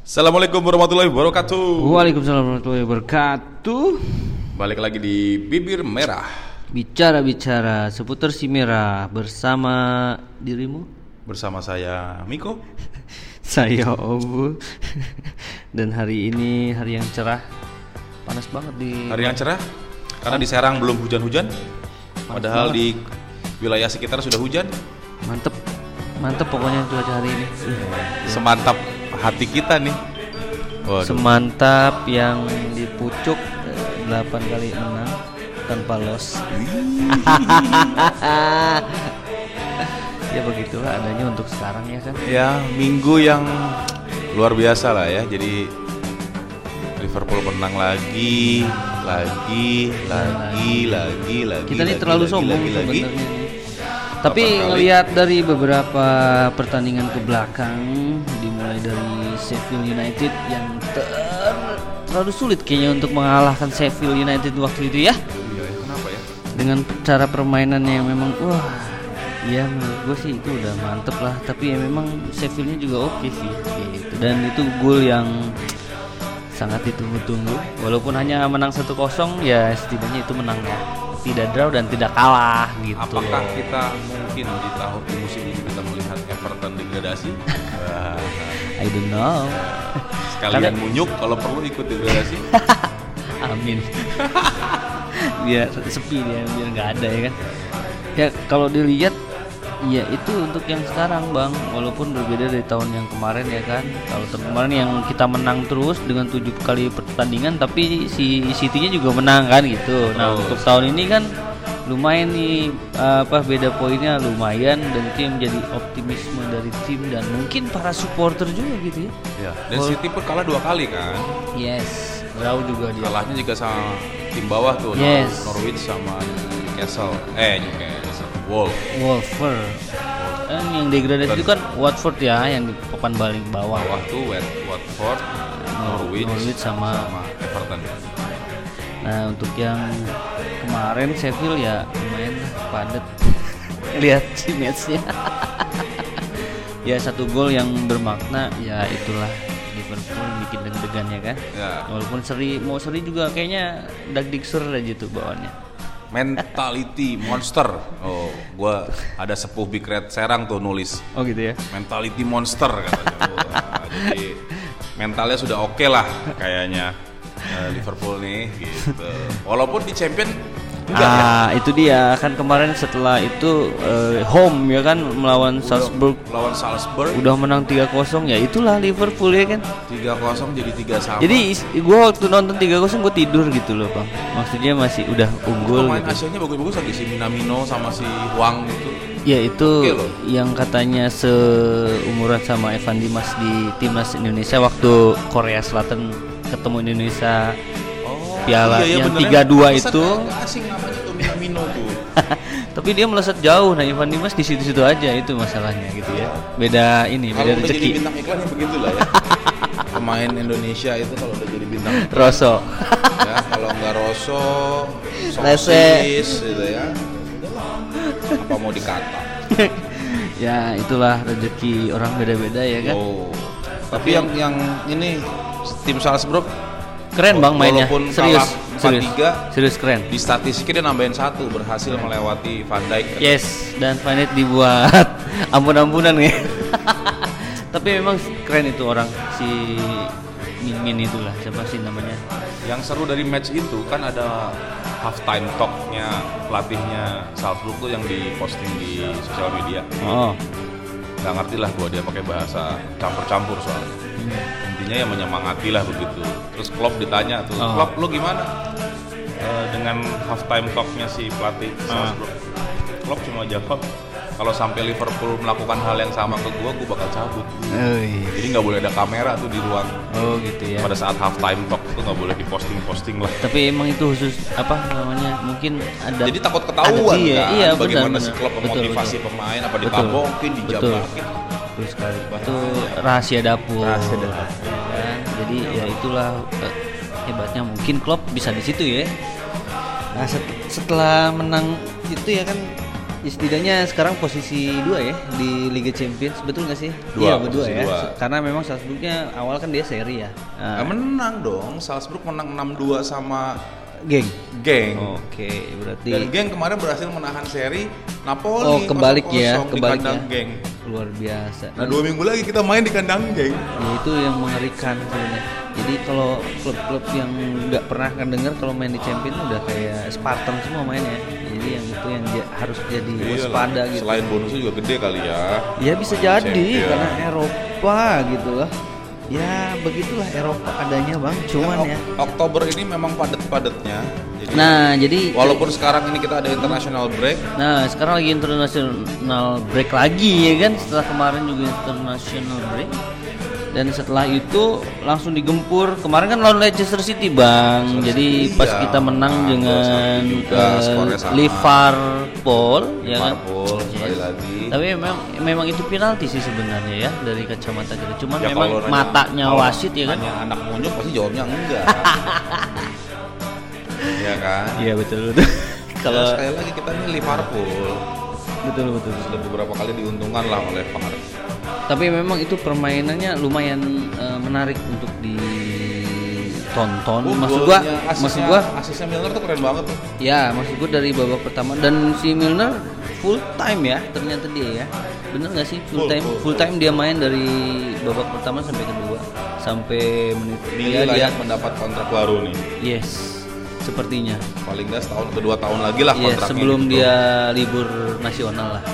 Assalamualaikum warahmatullahi wabarakatuh. Waalaikumsalam warahmatullahi wabarakatuh. Balik lagi di Bibir Merah. Bicara-bicara seputar si merah bersama dirimu. Bersama saya Miko. Saya Obu. Dan hari ini hari yang cerah. Panas banget di Hari yang cerah karena di Serang belum hujan-hujan. Padahal di wilayah sekitar sudah hujan. Mantep pokoknya cuaca hari ini. Semantap hati kita nih. Waduh. Semantap yang di pucuk 8 kali menang tanpa loss. Ya begitulah adanya untuk sekarang ya kan. Ya, minggu yang luar biasa lah ya. Jadi Liverpool menang lagi. Kita ini terlalu sombong sebenarnya. Tapi Kali. ngelihat dari beberapa pertandingan ke belakang, dimulai dari Sheffield United yang terlalu sulit kayaknya untuk mengalahkan Sheffield United waktu itu ya. Iya, kenapa ya? Dengan cara permainan yang memang wah, ya menurut gue sih itu udah mantep lah. Tapi ya memang Sheffieldnya juga oke sih gitu. Dan itu gol yang sangat ditunggu-tunggu. Walaupun hanya menang 1-0 ya setidaknya itu menang ya. Tidak draw dan tidak kalah gitu. Apakah kita mungkin di musim ini kita melihat Everton degradasi? I don't know. Sekalian munyuk kalau perlu ikut degradasi. Amin. Biar sepi dia, biar nggak ada ya kan. Ya kalau dilihat ya itu untuk yang sekarang bang, walaupun berbeda dari tahun yang kemarin ya kan. Kalau tahun kemarin yang kita menang terus dengan 7 kali pertandingan, tapi si City-nya juga menang kan gitu. Nah untuk tahun ini kan lumayan nih beda poinnya lumayan, dan itu yang menjadi optimisme dari tim dan mungkin para supporter juga gitu ya. Ya. Dan City pun kalah 2 kali kan. Yes, draw juga dia. Kalahnya juga sama tim bawah tuh, Yes. Norwich sama Newcastle. Wolver. Yang degradasi itu kan Watford ya, yang di papan paling bawah. Bawah tuh Watford, Norwich sama Everton. Nah untuk yang kemarin Sheffield ya lumayan padat. Lihat si matchnya. Ya 1 gol yang bermakna, ya itulah Liverpool bikin deg-degan ya kan. Ya. Walaupun mau seri juga kayaknya dagdikser aja tuh bawaannya. Mentality monster. Oh, gua ada sepuh Big Red Serang tuh nulis. Oh gitu ya. Mentality monster katanya. Jadi mentalnya sudah oke lah kayaknya Liverpool nih gitu. Walaupun di Champion enggak ya. Itu dia kan kemarin setelah itu home ya kan melawan Salzburg. Lawan Salzburg Udah menang 3-0 ya itulah Liverpool ya kan. 3-0 jadi 3-1. Jadi gua waktu nonton 3-0 gua tidur gitu loh, Bang. Maksudnya masih udah unggul pemain gitu. Asianya bagus-bagus lagi, si Minamino sama si Huang gitu. Ya itu Oke loh. yang katanya seumuran sama Evan Dimas di timnas Indonesia waktu Korea Selatan ketemu Indonesia. Piala yang 3-2 itu. Asing namanya tuh Minamino tuh. Tapi dia melesat jauh. Nah, Evan Dimas di situ-situ aja, itu masalahnya gitu ya. Beda Kalau udah rezeki. jadi bintang iklan ya begitulah ya. Pemain Indonesia itu kalau udah jadi bintang iklan, Rosso. ya, kalau nggak Rosso, Lese. Sosis gitu ya. Apa mau dikata? Ya, itulah rezeki orang beda-beda ya kan. Oh. Tapi yang ini tim Salzburg Keren Bang mainnya. walaupun Serius. kalah 4-3, Serius keren. di statistiknya dia nambahin 1, berhasil melewati Van Dijk. Yes, dan Van Dijk dibuat ampun-ampunan ya. Tapi memang keren itu orang, si Min itulah, siapa sih namanya. Yang seru dari match itu kan ada halftime talk-nya pelatihnya Salzburg tuh yang diposting di sosial media. Oh. Gak ngerti lah gua dia pakai bahasa campur-campur soalnya. Intinya ya menyemangati lah begitu. Terus Klopp ditanya tuh, Klopp lu gimana dengan halftime talk-nya si pelatih Salzburg? Klopp cuma jawab, kalau sampai Liverpool melakukan hal yang sama ke gua bakal cabut. Jadi nggak boleh ada kamera tuh di ruang. Oh gitu ya. Pada saat halftime talk tuh nggak boleh diposting lah. Tapi emang itu khusus apa namanya? Mungkin ada. Jadi takut ketahuan kan, iya, bagaimana benar, si Klopp betul, memotivasi betul. pemain, apa ditabokin, dijabakin. Betul sekali. Itu rahasia dapur. Rahasia dapur. Kan? Jadi ya itulah hebatnya mungkin Klopp bisa di situ ya. Nah, setelah menang itu ya kan setidaknya sekarang posisi 2 ya di Liga Champions, betul nggak sih? Iya berdua ya. Karena memang Salzburgnya awal kan dia seri ya. Menang dong, Salzburg menang 6-2 sama Geng. Oke, berarti. Dan Geng kemarin berhasil menahan seri Napoli. Oh, kebalik ya, di kandang Geng. Luar biasa. Nah, 2 minggu lagi kita main di kandang Geng. Ya, itu yang mengerikan sebenarnya. Jadi kalau klub-klub yang nggak pernah kan dengar kalau main di Champions udah kayak Spartan semua mainnya. Jadi yang itu yang harus jadi waspada gitu. Selain bonusnya juga gede kali ya. Ya bisa jadi karena Eropa gitu lah. Ya begitulah Eropa adanya bang, cuman ya Oktober ini memang padat-padatnya. Jadi walaupun sekarang ini kita ada international break. Nah sekarang lagi international break lagi ya kan, setelah kemarin juga international break. Dan setelah itu langsung digempur. Kemarin kan lawan Leicester City bang. Jadi pas kita menang dengan Liverpool, ya kan. Sekali lagi. Tapi memang itu penalti sih sebenarnya ya dari kacamata kita. Cuman ya, memang matanya wasit ya kan. Anak munyuk pasti jawabnya enggak. Iya kan? Iya betul. Kalau sekali lagi kita ini Liverpool. Betul. Sudah beberapa kali diuntungkan lah oleh VAR. Tapi memang itu permainannya lumayan menarik untuk ditonton. Maksud gua asisnya Milner tuh keren banget tuh. Ya, maksud gua dari babak pertama dan si Milner full time ya ternyata dia ya. Bener nggak sih full time dia main dari babak pertama sampai kedua sampai menit dia mendapat kontrak baru nih. Yes. Sepertinya paling nggak setahun atau 2 tahun lagi lah kontraknya. Sebelum gitu. Dia libur nasional lah.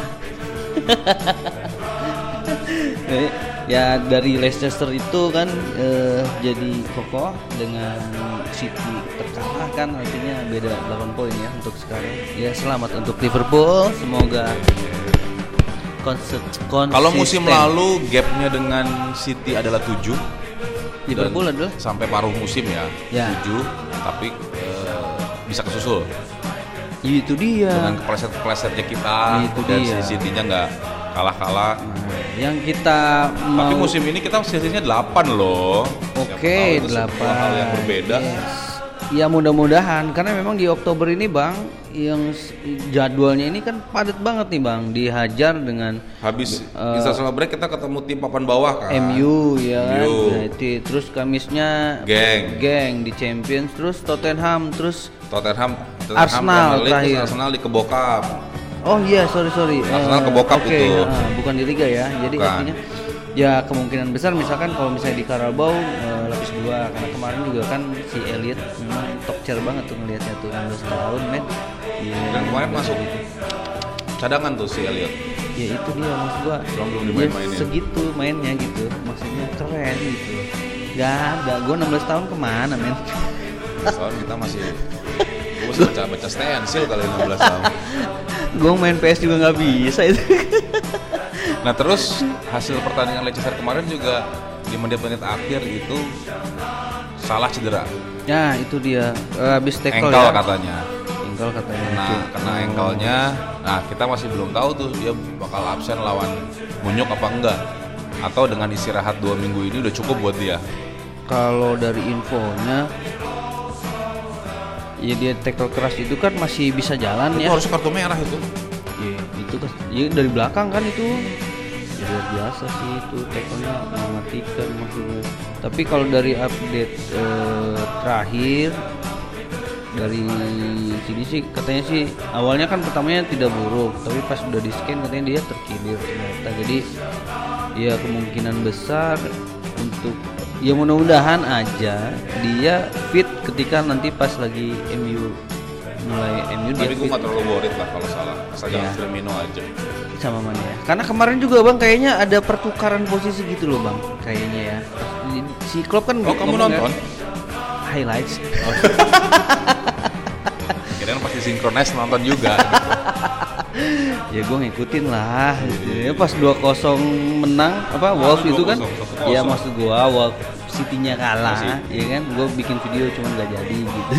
Ya dari Leicester itu kan jadi kokoh dengan City terkalahkan, artinya beda 8 poin ya untuk sekarang. Ya selamat untuk Liverpool, semoga konsisten. Kalau musim lalu gapnya dengan City adalah 7, Liverpool adalah sampai paruh musim ya. 7, tapi bisa kesusul. Itu dia. Dengan kepleset-keplesetnya kita dan City-nya nggak kalah-kalah. Yang kita tapi musim ini kita sisinya 8 loh. Oke, 8. Hal yang berbeda. Ya mudah-mudahan karena memang di Oktober ini bang, yang jadwalnya ini kan padat banget nih bang, dihajar dengan habis international break kita ketemu tim papan bawah kan. MU ya. Berarti terus Kamisnya Geng di Champions, terus Tottenham Arsenal terakhir. Arsenal di Kebokap. Oh iya, sorry. Arsenal kebokap itu. Bukan di Liga ya. Jadi artinya ya kemungkinan besar misalkan kalau misalnya di Carabao lapis 2, karena kemarin juga kan si Elliot memang top tier banget tuh ngelihatnya tuh 16 tahun men. Dan kemarin masuk cadangan tuh si Elliot. Ya itu dia maksud gua. Belum dimain-mainin. Segitu mainnya gitu. Maksudnya keren gitu. Gak ada, gua 16 tahun kemana men? 16 tahun kita masih gua baca stensil kali 16 tahun. Gue main PS juga nggak bisa itu. Nah terus hasil pertandingan Leicester kemarin juga di menit-menit akhir itu salah cedera. Ya itu dia habis tackle ankle ya. katanya. Kena ankle-nya. Nah kita masih belum tahu tuh dia bakal absen lawan Munyuk apa enggak. Atau dengan istirahat 2 minggu ini udah cukup buat dia. Kalau dari infonya ya dia tackle keras itu kan masih bisa jalan itu ya. Harus kartu merah itu. Iya, itu kan. Ya dari belakang kan itu. Ya luar biasa sih itu tackle-nya mematikan maksudnya. Tapi kalau dari update terakhir dari sini sih katanya sih awalnya kan pertamanya tidak buruk, tapi pas udah di scan katanya dia terkilir ternyata. Jadi ya kemungkinan besar untuk ya mudah-mudahan aja dia fit ketika nanti pas lagi MU tapi gue gak terlalu worried lah kalau salah, asal jangan Firmino aja sama mana ya, karena kemarin juga bang kayaknya ada pertukaran posisi gitu loh bang kayaknya ya. Si Klopp kan kamu nonton? Highlights. Kirain pasti sinkronis nonton juga gitu. Ya gue ngikutin lah gitu. Ya pas 2-0 menang Wolves itu kan 2-0. Ya maksud gue Wolves City-nya kalah ya kan, gue bikin video cuman gak jadi gitu.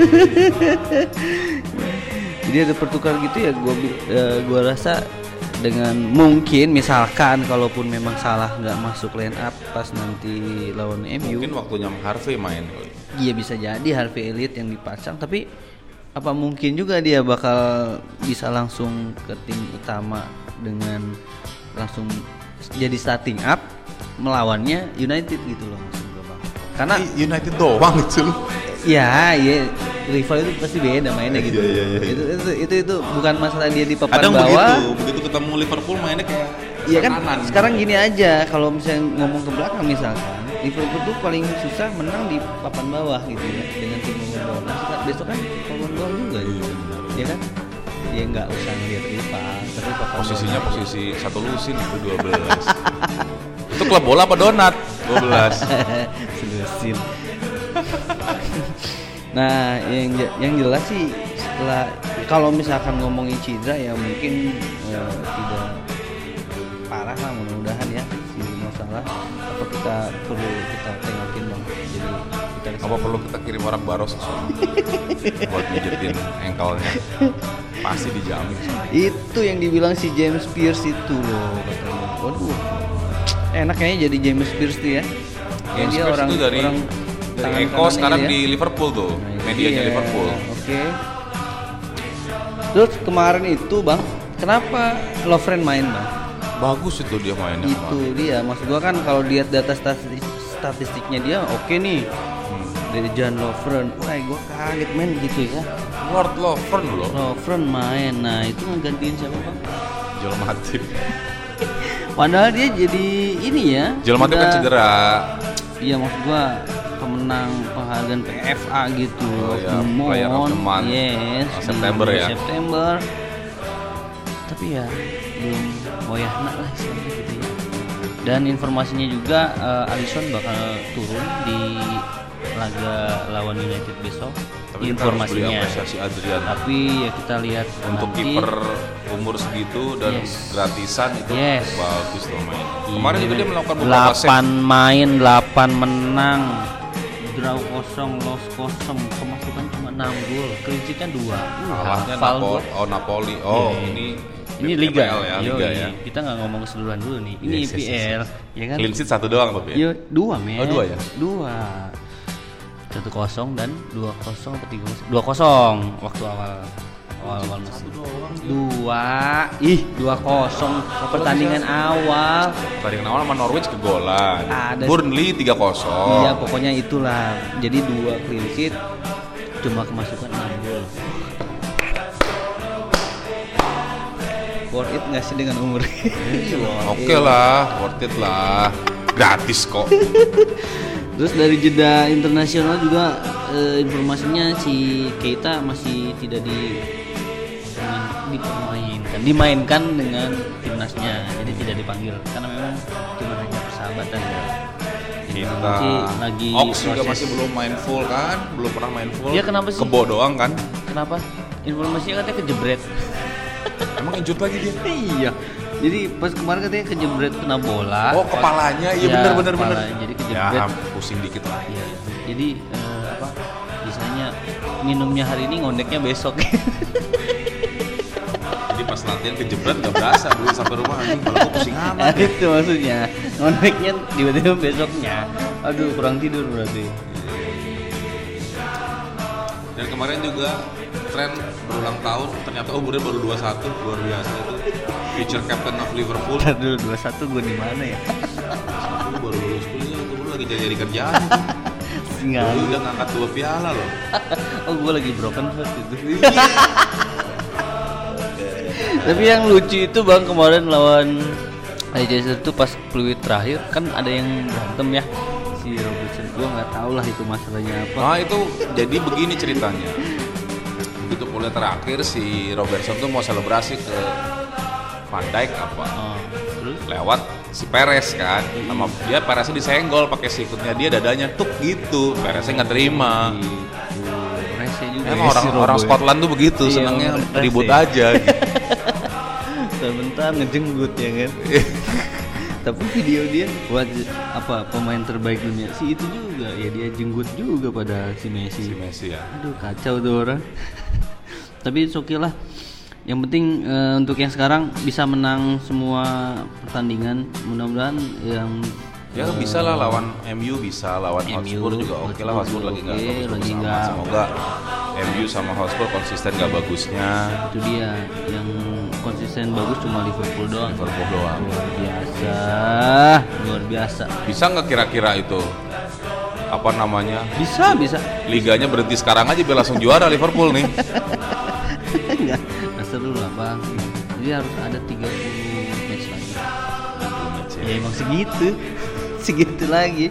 Jadi ada pertukaran gitu ya, gue rasa dengan mungkin misalkan kalaupun memang salah nggak masuk line up pas nanti lawan MU, mungkin waktunya Harvey main kali. Iya bisa jadi Harvey Elliott yang dipasang, tapi apa mungkin juga dia bakal bisa langsung ke tim utama dengan langsung jadi starting up melawannya United gitu loh maksud gue bang. Karena United doang itu loh. ya rival itu pasti beda mainnya gitu. Iya. Itu bukan masalah dia di papan Kadang bawah. begitu ketemu Liverpool mainnya kayak Iya kan kanan. sekarang gini aja kalau misalnya ngomong ke belakang misalkan Liverpool tuh paling susah menang di papan bawah gitu ya dengan tim papan bawah. Nah, besok kan papan bawah juga gitu. Ya kan? Ya nggak usah ngeliat rival, tapi papan Posisinya bawah. posisi satu lusin itu 12. Itu klub bola apa donat? 12. Selusin. Nah, yang jelas sih setelah kalau misalkan ngomongin cedera ya mungkin tidak parah lah mudah-mudahan ya si masalah apa kita perlu kita tengokin bang jadi kita Apa perlu kita kirim orang Baros buat mijetin engkelnya? Pasti dijamin. itu yang dibilang si James Pierce itu loh katanya waduh enak kayaknya jadi James Pierce tuh ya James dia Pierce itu dari tangan Eko kanannya sekarang dia. di Liverpool tuh, Nah, medianya iya, Liverpool. Oke. Terus kemarin itu bang kenapa Lovren main bang? Bagus itu dia mainnya. Itu dia, maksud gua kan kalau lihat data statistiknya dia oke nih. Dari Jan Lovren, wah gua kaget main gitu ya. Lord Lovren loh. Lovren main, nah itu ngegantiin siapa bang? Joel Matip. Padahal dia jadi ini ya. Joel Matip kan udah- cedera. Iya maksud gua pemenang penghargaan PFA gitu. Oh iya, Player of the Month. Yes. September di ya. September. Tapi ya belum boyahna lah istilahnya gitu ya. Dan informasinya juga Alisson bakal turun di laga lawan United besok. Tapi kita harus beri Informasinya. apresiasi Adrian. Tapi ya kita lihat Untuk nanti. kiper umur segitu dan Yes. gratisan itu Yes. bagus loh mainnya. Iya, Kemarin juga dia melakukan beberapa 8 save. main, 8 menang, draw 0, loss 0, kemasukan cuma 6 gol, clean sheet kan 2. Kalahnya Hafal gua. Napoli. Oh, Iya. ini Liga EPL ya, Yoi, Liga ya. Kita nggak ngomong keseluruhan dulu nih. Ini Yes, yes, yes, IPL, ya kan? Clean sheet 1 doang tapi. Iya, 2 men. Oh, 2 ya? 2. 1-0 dan 2-0 atau 3-0? 2-0 waktu awal musim. 2. Ih, 2-0 pertandingan awal. Pertandingan awal sama Norwich kegolan. Ada- Burnley 3-0. Iya, pokoknya itulah. Jadi 2 clean sheet cuma kemasukan 6 gol. Worth it nggak sih dengan umur? Oke lah, worth it lah. Gratis kok. Terus dari jeda internasional juga informasinya si Keita masih tidak dimainkan dengan timnasnya, jadi tidak dipanggil karena memang cuma hanya persahabatan ya. Kita Masih lagi Ox juga proses. masih belum main full kan? Belum pernah main full. Iya, kenapa sih? Kebo doang kan? Kenapa? Informasinya katanya kejebret. Emang injut lagi dia? Iya. Jadi pas kemarin katanya kejebret kena bola. Oh, kepalanya. Iya, Ya, bener. kepalanya. Jadi kejebret. Ya, pusing dikit lah. Iya, itu. Jadi apa? Misalnya minumnya hari ini ngondeknya besok. Jadi pas latihan kejebret gak berasa dulu sampai rumah anjing kalau gue pusing Nah, amat. itu maksudnya. Ngondeknya tiba-tiba besoknya. Aduh, kurang tidur berarti. Dan kemarin juga tren berulang tahun ternyata umurnya baru 21, luar biasa itu. Future captain of Liverpool. Ntar dulu 21 gue di mana ya? Aku baru lulus kuliah itu gue lagi cari kerjaan. Singa. Dulu udah ngangkat 2 piala loh. Oh, gue lagi broken heart itu. Tapi yang lucu itu bang kemarin lawan Leicester tuh pas peluit terakhir kan ada yang berantem ya si Robertson. Gue nggak tahu lah itu masalahnya apa. Nah itu jadi begini ceritanya. Begitu peluit terakhir si Robertson tuh mau selebrasi ke Van Dijk apa? Oh, terus Lewat si Perez kan, sama dia Pereznya disenggol pakai sikutnya dia dadanya tuk gitu. Pereznya nggak terima. Rese juga. Emang ya, si orang Robo ya. Scotland tuh begitu, Iya, senangnya rese. ribut aja. Gitu. Sebentar ngejenggut ya kan. Tapi video dia buat apa pemain terbaik dunia si itu juga ya dia jenggut juga pada si Messi. Si Messi ya. Aduh kacau tuh orang. Tapi oke lah. Yang penting untuk yang sekarang bisa menang semua pertandingan. Mudah-mudahan yang Ya bisa lah lawan MU bisa, lawan MU, Hotspur juga oke lah. Hotspur lagi nggak oke, bagus-bagus lagi amat. nggak. Semoga MU sama Hotspur konsisten gak bagusnya. Itu dia yang konsisten bagus cuma Liverpool doang. Luar biasa. Bisa nggak kira-kira itu apa namanya? Bisa. Liganya berhenti sekarang aja biar langsung juara Liverpool nih. Enggak seru lah bang. Jadi harus ada 30 match lagi. Ya emang segitu lagi.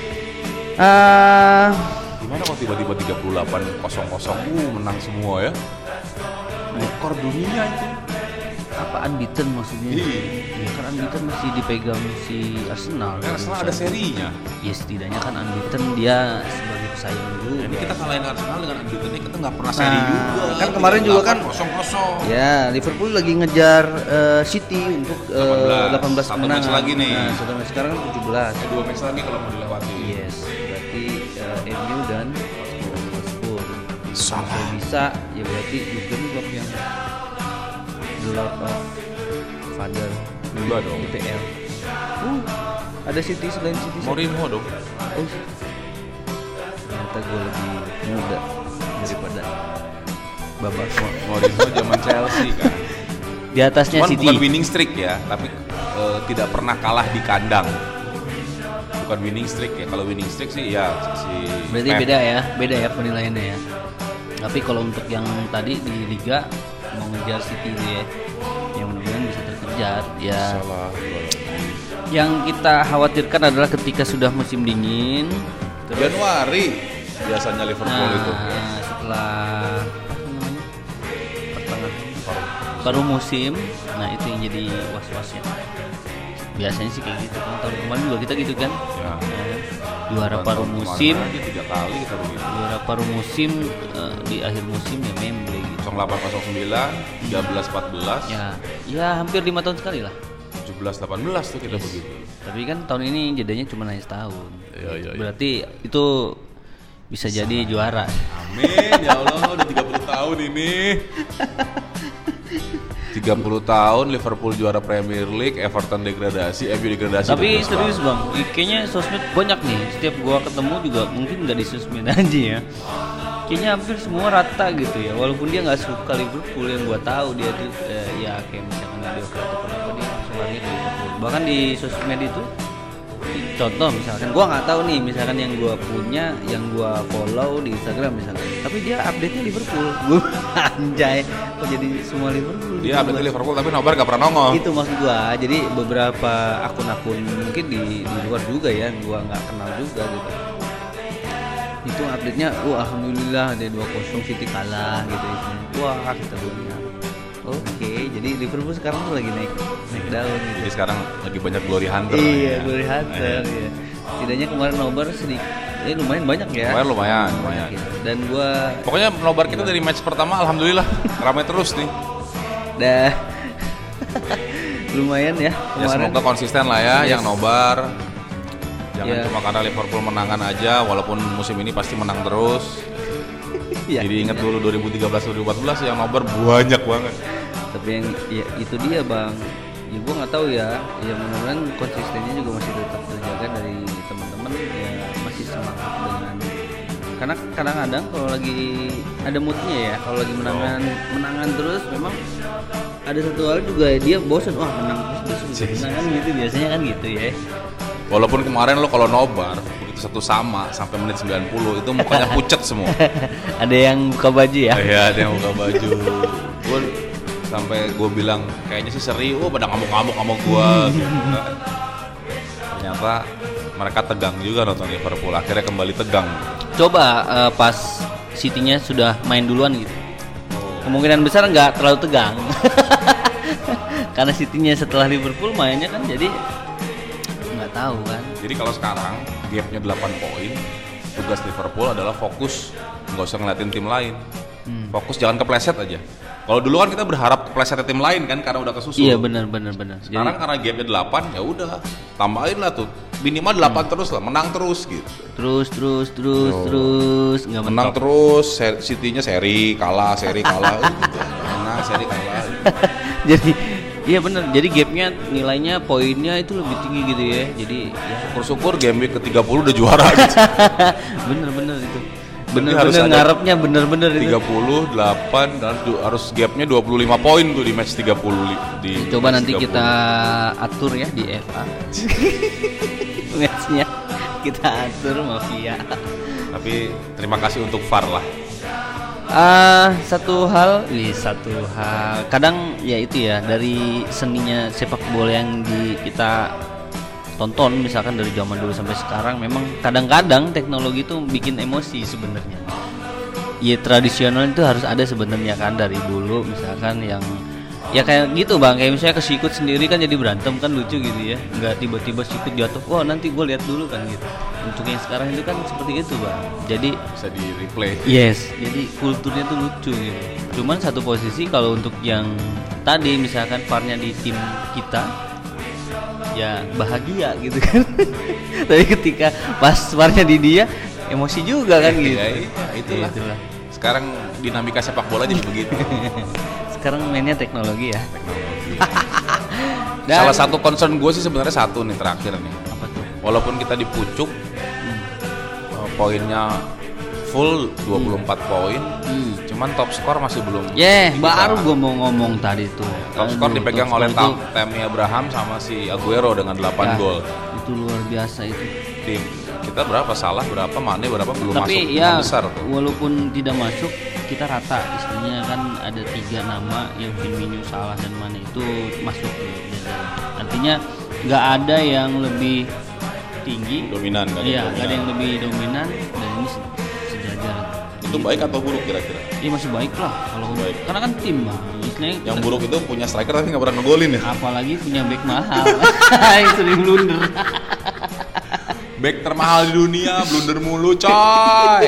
Gimana kok tiba-tiba 38-0 menang semua ya? Rekor dunia itu. Apa unbeaten maksudnya? Iya kan unbeaten masih dipegang si Arsenal. Arsenal ada serinya. Ya setidaknya kan unbeaten dia sebagai pesaing dulu. Ini kita kalahin Arsenal dengan unbeaten ini kita nggak pernah seri juga. Kan kemarin juga kan 0-0. Ya Liverpool lagi ngejar City untuk 18 kemenangan. Match lagi nih. Nah, sekarang kan 17. 2 match lagi kalau mau dilewati. Yes, berarti MU dan Hotspur. Salah. Kalau bisa ya berarti Jurgen Klopp yang The Lord of Father Enggak dong. IPL. Ada City selain City. Mourinho dong. Ternyata gue lebih muda daripada Bapak Mourinho zaman Chelsea kan. Di atasnya Cuman City. bukan winning streak ya, tapi tidak pernah kalah di kandang. Bukan winning streak ya. Kalau winning streak sih ya si Berarti Pep. beda ya penilaiannya ya. Tapi kalau untuk yang tadi di Liga mau ngejar City itu ya, yang mudah-mudahan bisa terkejar ya. Salah. Yang kita khawatirkan adalah ketika sudah musim dingin Januari biasanya Liverpool itu. Setelah pertengahan baru musim, nah itu yang jadi was-wasnya. Biasanya sih kayak gitu kan, tahun kemarin juga kita gitu kan Ya. juara paruh musim, 3 kali kita begitu. juara paruh musim di akhir musim ya Memble gitu. 0809, 1314, Ya hampir 5 tahun sekali lah. 1718 tuh kita begitu. Tapi kan tahun ini jedanya cuma hanya setahun. Iya. Berarti itu bisa jadi juara. Amin ya Allah, udah 30 tahun ini. 30 tahun Liverpool juara Premier League, Everton degradasi, MU degradasi. Tapi serius bang, kayaknya sosmed banyak nih. Setiap gua ketemu juga mungkin nggak di sosmed aja ya. Kayaknya hampir semua rata gitu ya. Walaupun dia nggak suka Liverpool, yang gua tahu dia tuh ya kayak misalkan dia atau apa dia langsung lari ke Liverpool. Bahkan di sosmed itu, contoh misalkan gua nggak tahu nih, misalkan yang gua punya, yang gua follow di Instagram misalkan, tapi dia update-nya Liverpool. Gua anjay, kok jadi semua Liverpool? Dia update Liverpool tapi nobar gak pernah nongol. Itu maksud gua. Jadi beberapa akun-akun mungkin di luar juga ya, gua nggak kenal juga gitu. Itu update-nya, alhamdulillah ada 2-0 City kalah gitu. Wah, kita dunia. Oke, jadi Liverpool sekarang tuh lagi naik daun gitu. Jadi sekarang lagi banyak glory hunter. Iya, glory hunter ya. Setidaknya kemarin nobar sedikit, lumayan banyak ya. Lumayan. Ya. Dan gua Pokoknya nobar kita dari match pertama alhamdulillah ramai terus nih. dah lumayan ya Ya kemarin. semoga konsisten lah ya Yes. yang nobar. Jangan Ya. cuma karena Liverpool menangan aja, walaupun musim ini pasti menang terus. Ya, Jadi ingat dulu 2013-2014 yang nobar banyak banget. tapi yang ya, itu dia bang, ya gue nggak tahu ya, ya mudah-mudahan konsistennya juga masih tetap terjaga dari teman-teman ya, masih semangat dengan, karena kadang-kadang kalau lagi ada moodnya ya, kalau lagi menangan terus memang ada satu hal juga dia bosan, wah menang terus menangan gitu, biasanya kan gitu ya. Walaupun kemarin lo kalau nobar begitu satu sama sampai menit 90 itu mukanya pucet semua. Ada yang buka baju ya? Iya, ada yang buka baju. Gue sampai gue bilang kayaknya sih seri, pada ngamuk-ngamuk sama gue. Gitu. Ternyata mereka tegang juga nonton Liverpool. Akhirnya kembali tegang. Coba pas City-nya sudah main duluan gitu, kemungkinan besar nggak terlalu tegang. Karena City-nya setelah Liverpool mainnya kan, jadi nggak tahu kan. Jadi kalau sekarang gapnya 8 poin, tugas Liverpool adalah fokus, nggak usah ngeliatin tim lain. Fokus jangan kepleset aja. Kalau dulu kan kita berharap keplesetnya tim lain kan karena udah kesusul. Iya benar. Sekarang karena gapnya 8 ya udah tambahin lah tuh minimal 8 terus lah, menang terus gitu. Terus nggak Menang mentok. terus, City-nya seri kalah gitu. Menang seri kalah. Gitu. Jadi iya benar. Jadi gapnya nilainya poinnya itu lebih tinggi gitu ya. Jadi ya Syukur-syukur game week ke-30 udah juara gitu. bener itu. Bener-bener ngarepnya bener-bener 38 dan harus gapnya 25 poin tuh di match 30 di coba match nanti 30. kita atur ya di FA. Matchnya kita atur mafia. Tapi terima kasih untuk VAR lah. Satu hal kadang ya itu ya, dari seninya sepak bola yang kita tonton misalkan dari zaman dulu sampai sekarang, memang kadang-kadang teknologi itu bikin emosi sebenarnya. Ya tradisional itu harus ada sebenarnya kan dari dulu, misalkan yang ya kayak gitu bang, kayak misalnya kesikut sendiri kan jadi berantem kan lucu gitu ya, nggak tiba-tiba sikut jatuh, wah nanti gue lihat dulu kan gitu. Untuk yang sekarang itu kan seperti itu bang, jadi Bisa di replay. yes, jadi kulturnya tuh lucu gitu. Cuman satu posisi kalau untuk yang tadi misalkan VAR-nya di tim kita ya bahagia gitu kan. Tapi ketika pas VAR-nya di dia emosi juga kan gitu. Ya, itulah. Sekarang dinamika sepak bola jadi begitu. Sekarang mainnya teknologi ya. Salah satu concern gue sih sebenarnya satu nih terakhir nih. Apa tuh? Walaupun kita di pucuk poinnya full 24 poin, cuman top skor masih belum. Baru gue mau ngomong tadi tuh. Top skor dipegang oleh Tammy Abraham sama si Aguero dengan 8 gol. Itu luar biasa itu. Tim kita berapa salah, berapa Mane, berapa belum Tapi masuk ya besar tuh. walaupun tidak masuk, kita rata. Istilahnya kan ada 3 nama yang Firmino, Salah dan Mane itu masuk gitu. Artinya nggak ada yang lebih tinggi, Dominan kan? Iya, nggak ada yang lebih dominan, dan ini sejajar. Itu baik atau buruk kira-kira? Iya masih baik lah kalau Baik. karena kan tim bang. Istilahnya Yang buruk itu punya striker tapi nggak pernah ngegolin ya. apalagi punya back mahal. Yang sering blunder. Back termahal di dunia, blunder mulu coy.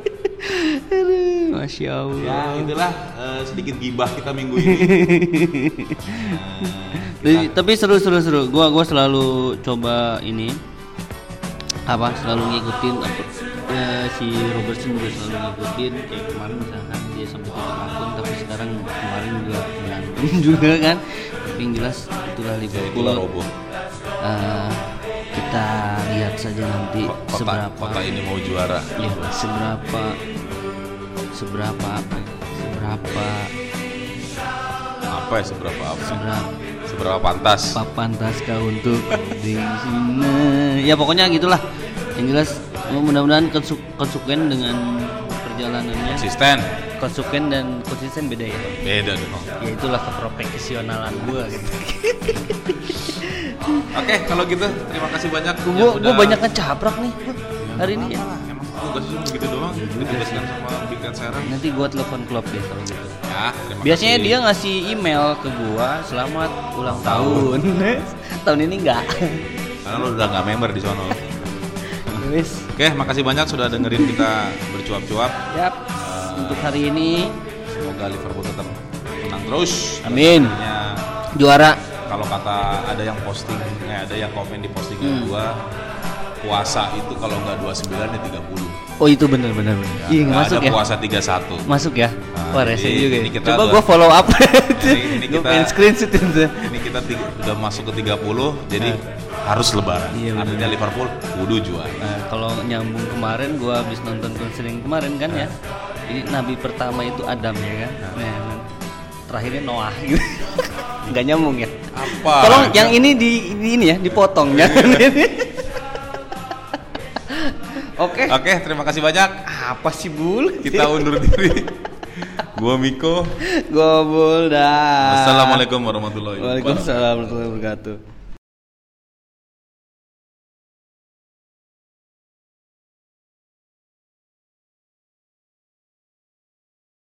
Masya Allah. Ya itulah sedikit gibah kita minggu ini. Tapi seru. Gua selalu coba ini selalu ngikutin si Robertson juga selalu ngikutin, kayak kemarin misalkan dia sampai tutup akun, tapi sekarang kemarin juga berantem juga kan. Tapi yang jelas itulah Liverpool. Itulah roboh. Kita lihat saja nanti seberapa kota ini mau juara. Ya, seberapa pantas kau untuk di sini. Ya pokoknya gitulah. Yang jelas mudah-mudahan konsisten dengan perjalanannya. Konsisten dan konsisten beda ya. Beda dong. Ya itulah keprofesionalan gua gitu. Oke, kalau gitu terima kasih banyak. Gua banyak ngecaprak nih hari ini ya. Emang tugas cuma begitu doang. Ditugaskan sama Bikan Serang. Nanti gua telepon klub deh kalau gitu. Ya, terima Biasanya kasih. dia ngasih email ke gua, selamat ulang tahun. Tahun ini enggak. Karena lo udah nggak member di sono. Wis. Oke, makasih banyak sudah dengerin kita bercuap-cuap. Yap. Untuk hari ini Semoga Liverpool tetap menang terus. Amin. Sebenarnya, juara. kalau kata ada yang posting, ada yang komen di postingan gua, puasa itu kalau nggak 29 ya 30. Oh itu benar. Ya, Iya nggak masuk ada ya. puasa 31. Masuk ya. Nah, Wah rese jadi juga. ini Ya. kita Coba udah- gua follow up. ini Gua kita- pengen screenshot itu. Ini kita udah masuk ke 30, jadi harus lebaran. Iya, benar. Artinya Liverpool kudu juara. Nah, kalau nyambung kemarin gua habis nonton konseling kemarin kan ya. Ini nabi pertama itu Adam ya kan. Nah, terakhirnya Noah gitu. Enggak nyambung ya. Apa? Tolong yang ini di ini ya, dipotong jangan ini. Oke. Oke, terima kasih banyak. Apa sih Bul? Kita undur diri. Gua Miko. Gobul dah. Assalamualaikum warahmatullahi wabarakatuh. Waalaikumsalam warahmatullahi wabarakatuh.